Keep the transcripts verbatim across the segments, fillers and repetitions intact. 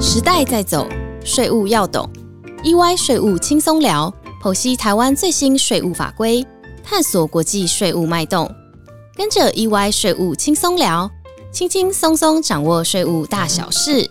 时代在走，税务要懂。E Y 税务轻松聊，剖析台湾最新税务法规，探索国际税务脉动。跟着 E Y 税务轻松聊，轻轻松松掌握税务大小事。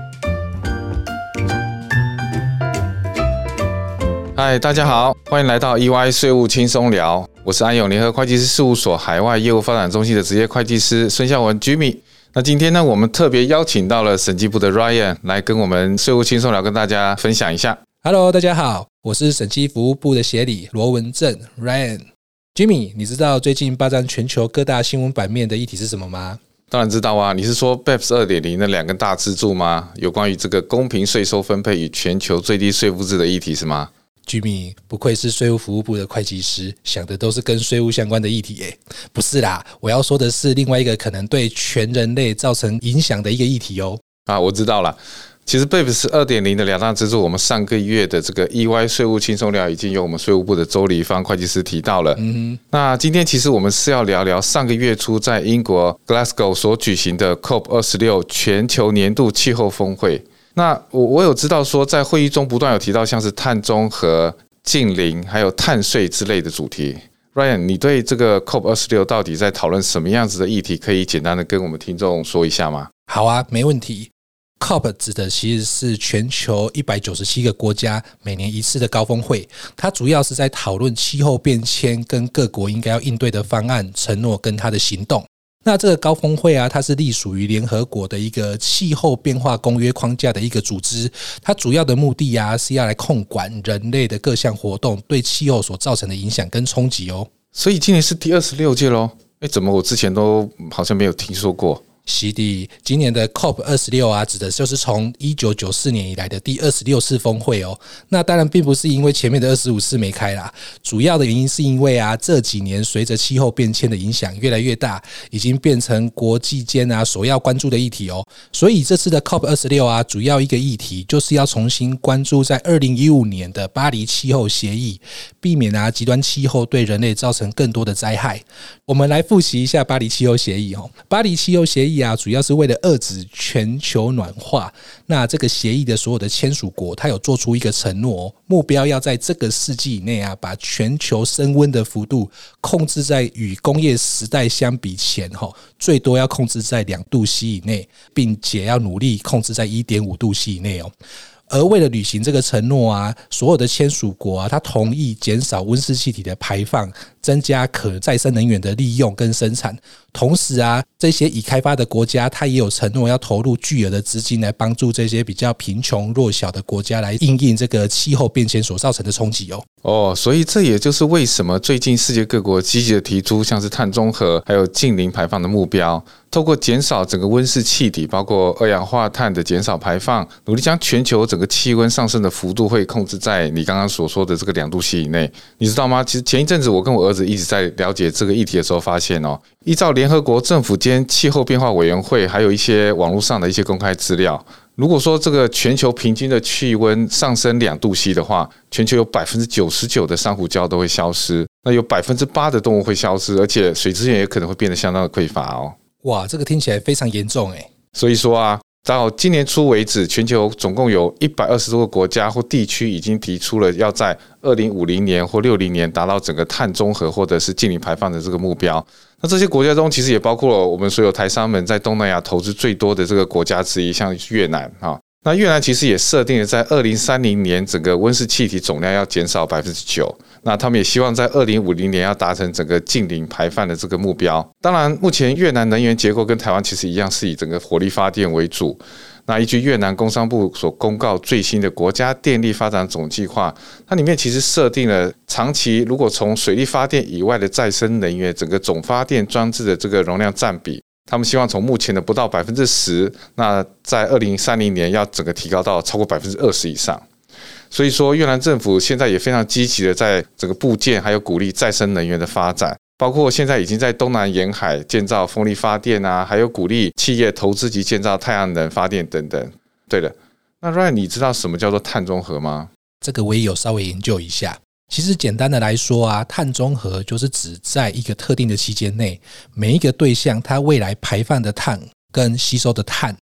嗨，大家好，欢迎来到 E Y 税务轻松聊，我是安永联合会计师事务所海外业务发展中心的职业会计师孙孝文 Jimmy。那今天呢，我们特别邀请到了审计部的 Ryan 来跟我们税务轻松聊跟大家分享一下。 Hello， 大家好，我是审计服务部的协理罗文正 Ryan。Jimmy， 你知道最近霸占全球各大新闻版面的议题是什么吗？ 当然知道啊，你是说 B E P S 二点零 的两个大支柱吗？有关于这个公平税收分配与全球最低税负制的议题是吗 ？Jimmy， 不愧是税务服务部的会计师，想的都是跟税务相关的议题耶。不是啦，我要说的是另外一个可能对全人类造成影响的一个议题哦。 啊，我知道了。其实 B E P S 二点零 的两大支柱，我们上个月的这个 E Y 税务轻松聊已经由我们税务部的周立芳会计师提到了。嗯、那今天其实我们是要聊聊上个月初在英国 Glasgow 所举行的 C O P 二十六 全球年度气候峰会。那我我有知道说，在会议中不断有提到像是碳中和、净零还有碳税之类的主题。Ryan， 你对这个 C O P 二十六 到底在讨论什么样子的议题，可以简单的跟我们听众说一下吗？ 好啊，没问题。C O P 指的其实是全球一百九十七个国家每年一次的高峰会，它主要是在讨论气候变迁跟各国应该要应对的方案、承诺跟它的行动。那这个高峰会啊，它是隶属于联合国的一个气候变化公约框架的一个组织，它主要的目的啊是要来控管人类的各项活动对气候所造成的影响跟冲击哦。 所以今年是第二十六届咯，诶，怎么我之前都好像没有听说过？ 是的，今年的 C O P 二十六 啊，指的就是从一九九四年以来的第二十六次峰会哦。那当然并不是因为前面的二十五次没开啦，主要的原因是因为啊，这几年随着气候变迁的影响越来越大，已经变成国际间啊所要关注的议题哦。所以这次的 C O P 二十六 啊，主要一个议题就是要重新关注在二零一五年的巴黎气候协议，避免啊极端气候对人类造成更多的灾害。我们来复习一下巴黎气候协议哦。巴黎气候协议啊，主要是为了遏制全球暖化。那这个协议的所有的签署国，它有做出一个承诺、哦，目标要在这个世纪以内啊，把全球升温的幅度控制在与工业时代相比前，最多要控制在两度 C 以内，并且要努力控制在 一点五度 C 以内哦。而为了履行这个承诺啊，所有的签署国啊，它同意减少温室气体的排放，增加可再生能源的利用跟生产。同时啊，这些已开发的国家，它也有承诺要投入巨额的资金来帮助这些比较贫穷弱小的国家来因应这个气候变迁所造成的冲击哦。 哦，所以这也就是为什么最近世界各国积极的提出像是碳中和还有净零排放的目标，透过减少整个温室气体包括二氧化碳的减少排放，努力将全球整个气温上升的幅度会控制在你刚刚所说的这个两度 C 以内。你知道吗？其实前一阵子我跟我儿子一直在了解这个议题的时候发现哦，依照联合国政府间气候变化委员会还有一些网络上的一些公开资料，如果说这个全球平均的气温上升两度 C 的话，全球有 百分之九十九 的珊瑚礁都会消失，那有 百分之八 的动物会消失，而且水资源也可能会变得相当的匮乏哦。 哇，这个听起来非常严重耶。 所以说啊，到今年初为止，全球总共有一百二十多个国家或地区已经提出了要在二零五零年或六零年达到整个碳中和或者是净零排放的这个目标。那这些国家中其实也包括了我们所有台商们在东南亚投资最多的这个国家之一，像越南啊。那越南其实也设定了在二零三零年整个温室气体总量要减少 百分之九， 那他们也希望在二零五零年要达成整个净零排放的这个目标。当然目前越南能源结构跟台湾其实一样，是以整个火力发电为主。那依据越南工商部所公告最新的国家电力发展总计划，它里面其实设定了长期如果从水力发电以外的再生能源整个总发电装置的这个容量占比，他们希望从目前的不到 百分之十， 那在二零三零年要整个提高到超过 百分之二十 以上。所以说越南政府现在也非常积极的在整个部件还有鼓励再生能源的发展，包括现在已经在东南沿海建造风力发电啊，还有鼓励企业投资及建造太阳能发电等等。对了，那 Ryan 你知道什么叫做碳中和吗？ 这个我也有稍微研究一下。其实简单的来说啊，碳中和就是指在一个特定的期间内，每一个对象它未来排放的碳跟吸收的碳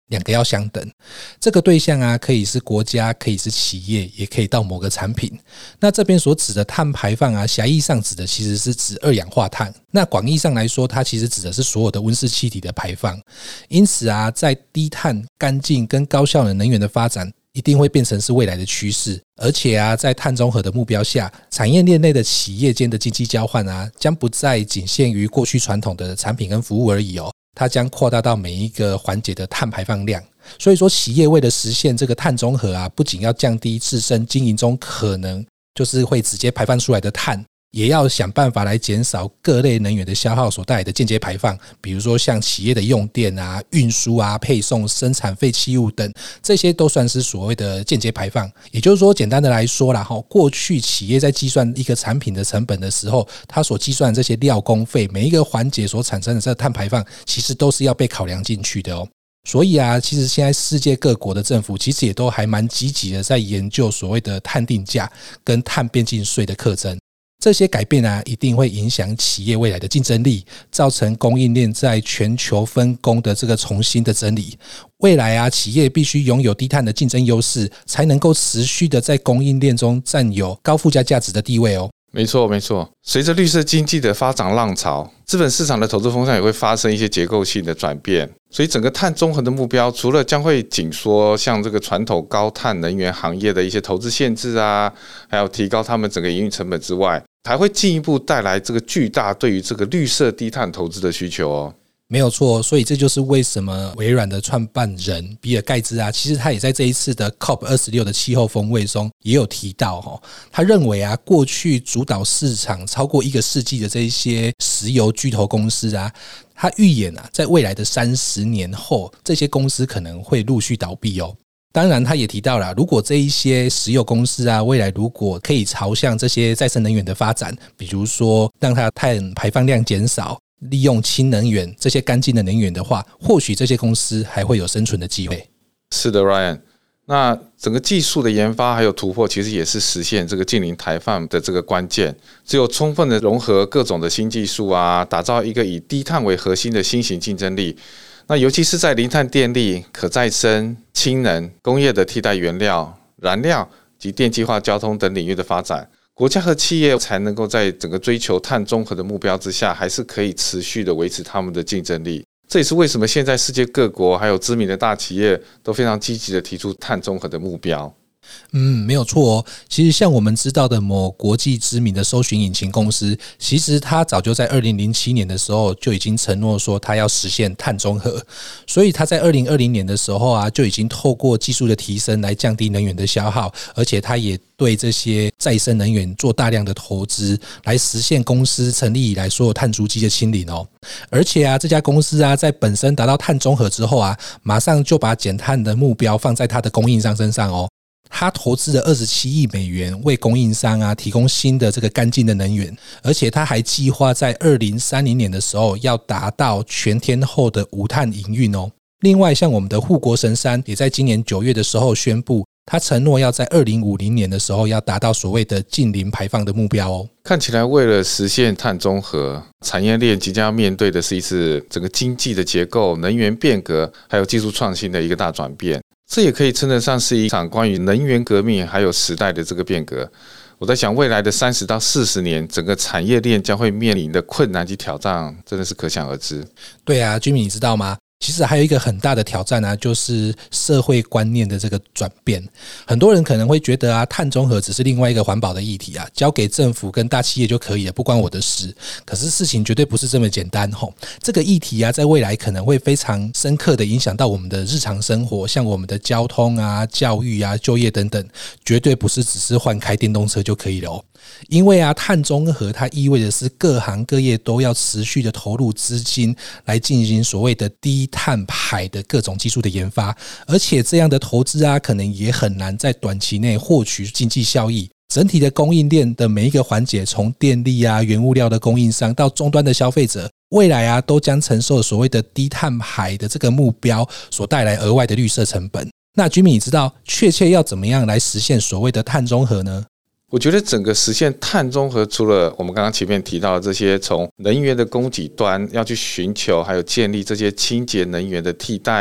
两个要相等。这个对象啊，可以是国家，可以是企业，也可以到某个产品。那这边所指的碳排放啊，狭义上指的其实是指二氧化碳，那广义上来说，它其实指的是所有的温室气体的排放。因此啊，在低碳、干净跟高效能能源的发展，一定会变成是未来的趋势。而且啊，在碳中和的目标下，产业链内的企业间的经济交换啊，将不再仅限于过去传统的产品跟服务而已哦，它将扩大到每一个环节的碳排放量。所以说，企业为了实现这个碳中和啊，不仅要降低自身经营中可能就是会直接排放出来的碳，也要想办法来减少各类能源的消耗所带来的间接排放，比如说像企业的用电啊、运输啊、配送、生产废弃物等，这些都算是所谓的间接排放。也就是说，简单的来说啦，过去企业在计算一个产品的成本的时候，它所计算的这些料工费，每一个环节所产生的这个碳排放，其实都是要被考量进去的哦。所以啊，其实现在世界各国的政府其实也都还蛮积极的在研究所谓的碳定价跟碳边境税的课征。这些改变啊，一定会影响企业未来的竞争力，造成供应链在全球分工的这个重新的整理。未来啊，企业必须拥有低碳的竞争优势，才能够持续的在供应链中占有高附加价值的地位哦。 没错没错，随着绿色经济的发展浪潮，资本市场的投资风向也会发生一些结构性的转变，所以整个碳中和的目标除了将会紧缩像这个传统高碳能源行业的一些投资限制啊，还有提高他们整个营运成本之外，还会进一步带来这个巨大对于这个绿色低碳投资的需求哦。 没有错，所以这就是为什么微软的创办人比尔盖茨啊，其实他也在这一次的 C O P 二十六 的气候峰会中也有提到，他认为啊，过去主导市场超过一个世纪的这一些石油巨头公司啊，他预言啊，在未来的三十年后，这些公司可能会陆续倒闭哦。当然他也提到了，如果这一些石油公司啊，未来如果可以朝向这些再生能源的发展，比如说让它碳排放量减少，利用氢能源这些干净的能源的话，或许这些公司还会有生存的机会。 是的 Ryan， 那整个技术的研发还有突破，其实也是实现这个净零排放的这个关键。只有充分的融合各种的新技术啊，打造一个以低碳为核心的新型竞争力，那尤其是在零碳电力、可再生、氢能、工业的替代原料、燃料及电气化交通等领域的发展，国家和企业才能够在整个追求碳中和的目标之下，还是可以持续的维持他们的竞争力。这也是为什么现在世界各国还有知名的大企业都非常积极的提出碳中和的目标。 嗯，没有错哦。其实像我们知道的某国际知名的搜寻引擎公司，其实它早就在二零零七年的时候就已经承诺说它要实现碳中和，所以它在二零二零年的时候啊，就已经透过技术的提升来降低能源的消耗，而且它也对这些再生能源做大量的投资，来实现公司成立以来所有碳足迹的清零哦。而且啊，这家公司啊，在本身达到碳中和之后啊，马上就把减碳的目标放在它的供应商身上哦。他投资了二十七亿美元为供应商啊提供新的这个干净的能源，而且他还计划在二零三零年的时候要达到全天候的无碳营运哦。另外，像我们的护国神山也在今年九月的时候宣布，他承诺要在二零五零年的时候要达到所谓的净零排放的目标哦。 看起来为了实现碳中和，产业链即将要面对的是一次整个经济的结构、能源变革还有技术创新的一个大转变。这也可以称得上是一场关于能源革命还有时代的这个变革。我在想，未来的三十到四十年，整个产业链将会面临的困难及挑战，真的是可想而知。 对啊 Jimmy 你知道吗？其实还有一个很大的挑战啊，就是社会观念的这个转变。很多人可能会觉得啊，碳中和只是另外一个环保的议题啊，交给政府跟大企业就可以了，不关我的事。可是事情绝对不是这么简单吼。这个议题啊，在未来可能会非常深刻的影响到我们的日常生活，像我们的交通啊、教育啊、就业等等，绝对不是只是换开电动车就可以了哦。因为啊，碳中和它意味着是各行各业都要持续的投入资金来进行所谓的低碳排的各种技术的研发，而且这样的投资啊，可能也很难在短期内获取经济效益。整体的供应链的每一个环节，从电力啊、原物料的供应商到终端的消费者，未来啊都将承受所谓的低碳排的这个目标所带来额外的绿色成本。那 Jimmy 你知道确切要怎么样来实现所谓的碳中和呢？ 我觉得整个实现碳中和，除了我们刚刚前面提到的这些从能源的供给端要去寻求还有建立这些清洁能源的替代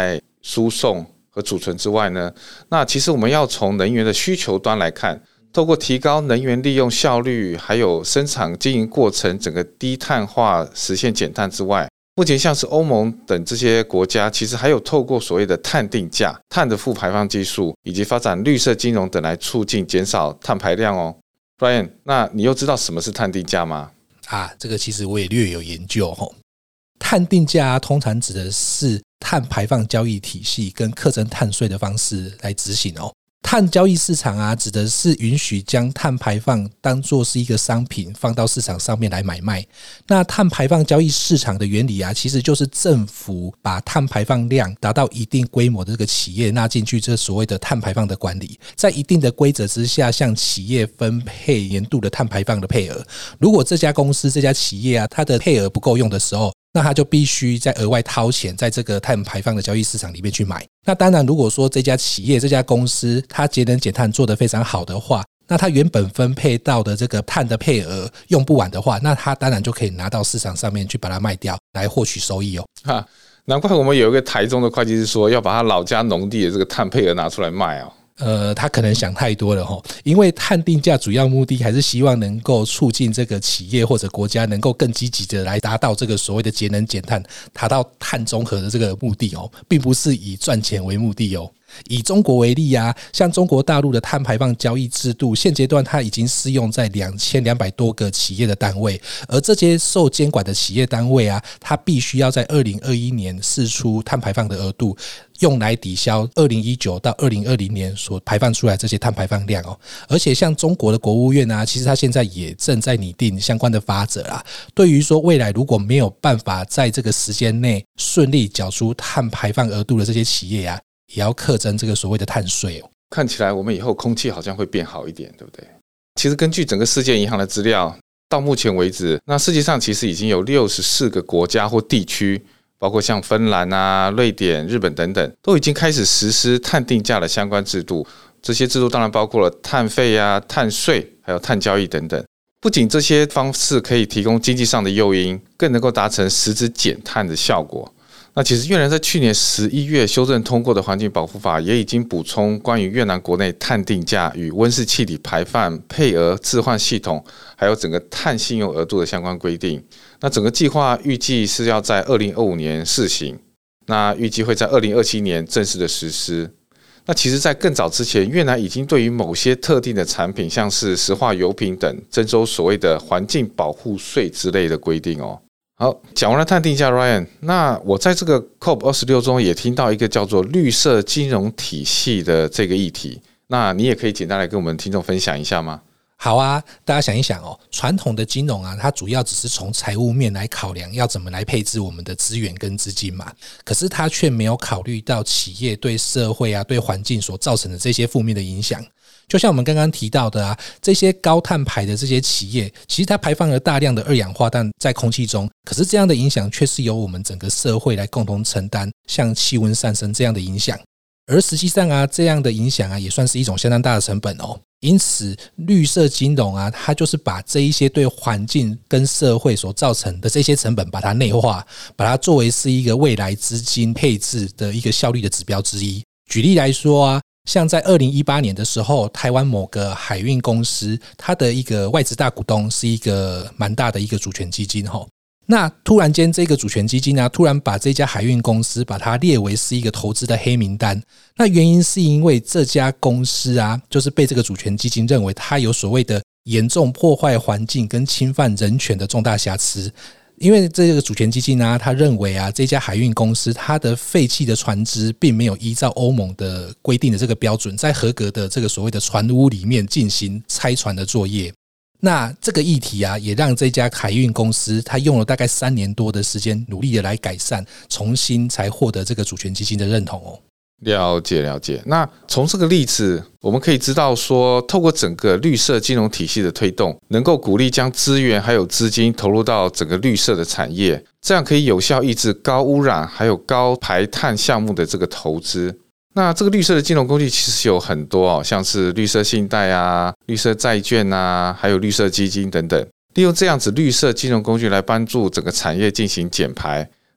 输送和储存之外呢，那其实我们要从能源的需求端来看，透过提高能源利用效率，还有生产经营过程整个低碳化实现减碳之外，目前像是欧盟等这些国家，其实还有透过所谓的碳定价、碳的负排放技术，以及发展绿色金融等来促进减少碳排量哦。Brian， 那你又知道什么是碳定价吗？ 啊，这个其实我也略有研究吼。碳定价、啊、通常指的是碳排放交易体系跟课征碳税的方式来执行哦。碳交易市场啊，指的是允许将碳排放当作是一个商品放到市场上面来买卖。那碳排放交易市场的原理啊，其实就是政府把碳排放量达到一定规模的这个企业纳进去这所谓的碳排放的管理，在一定的规则之下向企业分配年度的碳排放的配额。如果这家公司这家企业啊，它的配额不够用的时候，那他就必须再额外掏钱在这个碳排放的交易市场里面去买。那当然如果说这家企业这家公司它节能减碳做得非常好的话，那它原本分配到的这个碳的配额用不完的话，那它当然就可以拿到市场上面去把它卖掉来获取收益哦。 哈，难怪我们有一个台中的会计师说要把他老家农地的这个碳配额拿出来卖哦。 呃，他可能想太多了齁，因为碳定价主要目的还是希望能够促进这个企业或者国家能够更积极的来达到这个所谓的节能减碳，达到碳中和的这个目的哦，并不是以赚钱为目的哦。以中国为例啊，像中国大陆的碳排放交易制度，现阶段它已经适用在两千两百多个企业的单位，而这些受监管的企业单位啊，它必须要在二零二一年释出碳排放的额度，用来抵消二零一九到二零二零年所排放出来这些碳排放量哦。而且像中国的国务院啊，其实它现在也正在拟定相关的法则啦。对于说未来如果没有办法在这个时间内顺利缴出碳排放额度的这些企业啊，也要课征这个所谓的碳税哦。 看起来我们以后空气好像会变好一点，对不对？其实根据整个世界银行的资料，到目前为止，那世界上其实已经有六十四个国家或地区，包括像芬兰啊、瑞典、日本等等，都已经开始实施碳定价的相关制度。这些制度当然包括了碳费啊、碳税，还有碳交易等等。不仅这些方式可以提供经济上的诱因，更能够达成实质减碳的效果。那其实越南在去年十一月修正通过的环境保护法也已经补充关于越南国内碳定价与温室气体排放配额置换系统，还有整个碳信用额度的相关规定。那整个计划预计是要在二零二五年试行，那预计会在二零二七年正式的实施。那其实在更早之前，越南已经对于某些特定的产品，像是石化油品等，征收所谓的环境保护税之类的规定哦。好，讲完了碳定价 Ryan， 那我在这个 C O P 二十六 中也听到一个叫做绿色金融体系的这个议题，那你也可以简单来跟我们听众分享一下吗？ 好啊，大家想一想哦，传统的金融啊，它主要只是从财务面来考量要怎么来配置我们的资源跟资金嘛，可是它却没有考虑到企业对社会啊、对环境所造成的这些负面的影响。就像我们刚刚提到的啊，这些高碳排的这些企业，其实它排放了大量的二氧化氮在空气中，可是这样的影响却是由我们整个社会来共同承担，像气温上升这样的影响。而实际上啊，这样的影响啊，也算是一种相当大的成本哦。因此，绿色金融啊，它就是把这一些对环境跟社会所造成的这些成本，把它内化，把它作为是一个未来资金配置的一个效率的指标之一。举例来说啊，像在二零一八年的时候，台湾某个海运公司，它的一个外资大股东是一个蛮大的一个主权基金齁。那突然间这个主权基金啊，突然把这家海运公司把它列为是一个投资的黑名单。那原因是因为这家公司啊，就是被这个主权基金认为它有所谓的严重破坏环境跟侵犯人权的重大瑕疵。因为这个主权基金啊，他认为啊，这家海运公司它的废弃的船只并没有依照欧盟的规定的这个标准，在合格的这个所谓的船坞里面进行拆船的作业。那这个议题啊，也让这家海运公司他用了大概三年多的时间，努力的来改善，重新才获得这个主权基金的认同哦。 了解了解。那从这个例子我们可以知道说，透过整个绿色金融体系的推动，能够鼓励将资源还有资金投入到整个绿色的产业，这样可以有效抑制高污染还有高排碳项目的这个投资。那这个绿色的金融工具其实有很多哦，像是绿色信贷啊、绿色债券啊，还有绿色基金等等，利用这样子绿色金融工具来帮助整个产业进行减排，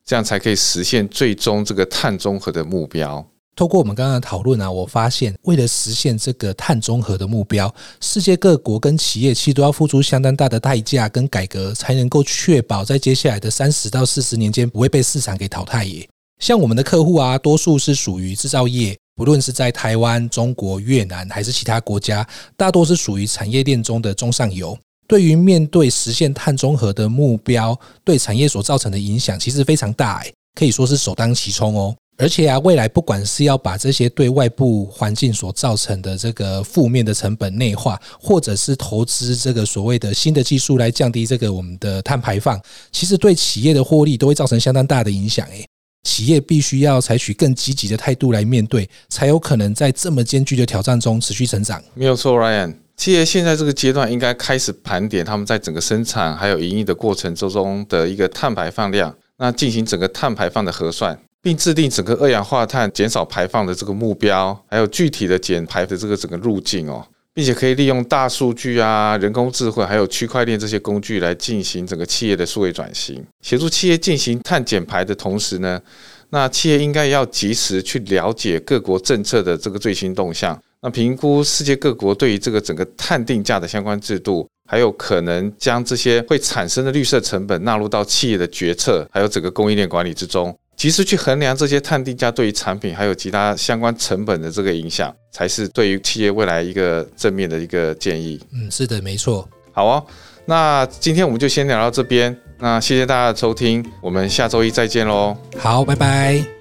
这样才可以实现最终这个碳中和的目标。 透过我们刚刚的讨论啊，我发现为了实现这个碳中和的目标，世界各国跟企业其实都要付出相当大的代价跟改革，才能够确保在接下来的三十到四十年间不会被市场给淘汰耶。像我们的客户啊，多数是属于制造业，不论是在台湾、中国、越南还是其他国家，大多是属于产业链中的中上游。对于面对实现碳中和的目标，对产业所造成的影响其实非常大耶，可以说是首当其冲哦。而且啊，未来不管是要把这些对外部环境所造成的这个负面的成本内化，或者是投资这个所谓的新的技术来降低这个我们的碳排放，其实对企业的获利都会造成相当大的影响诶。企业必须要采取更积极的态度来面对，才有可能在这么艰巨的挑战中持续成长。 没有错 Ryan， 企业现在这个阶段应该开始盘点他们在整个生产还有营运的过程中的一个碳排放量，那进行整个碳排放的核算，并制定整个二氧化碳减少排放的这个目标，还有具体的减排的这个整个路径哦，并且可以利用大数据啊、人工智慧还有区块链这些工具来进行整个企业的数位转型，协助企业进行碳减排的同时呢，那企业应该要及时去了解各国政策的这个最新动向，那评估世界各国对于这个整个碳定价的相关制度，还有可能将这些会产生的绿色成本纳入到企业的决策，还有整个供应链管理之中，及时去衡量这些碳定价对于产品还有其他相关成本的这个影响，才是对于企业未来一个正面的一个建议。 嗯，是的，没错。 好哦，那今天我们就先聊到这边，那谢谢大家的收听，我们下周一再见咯。 好，拜拜。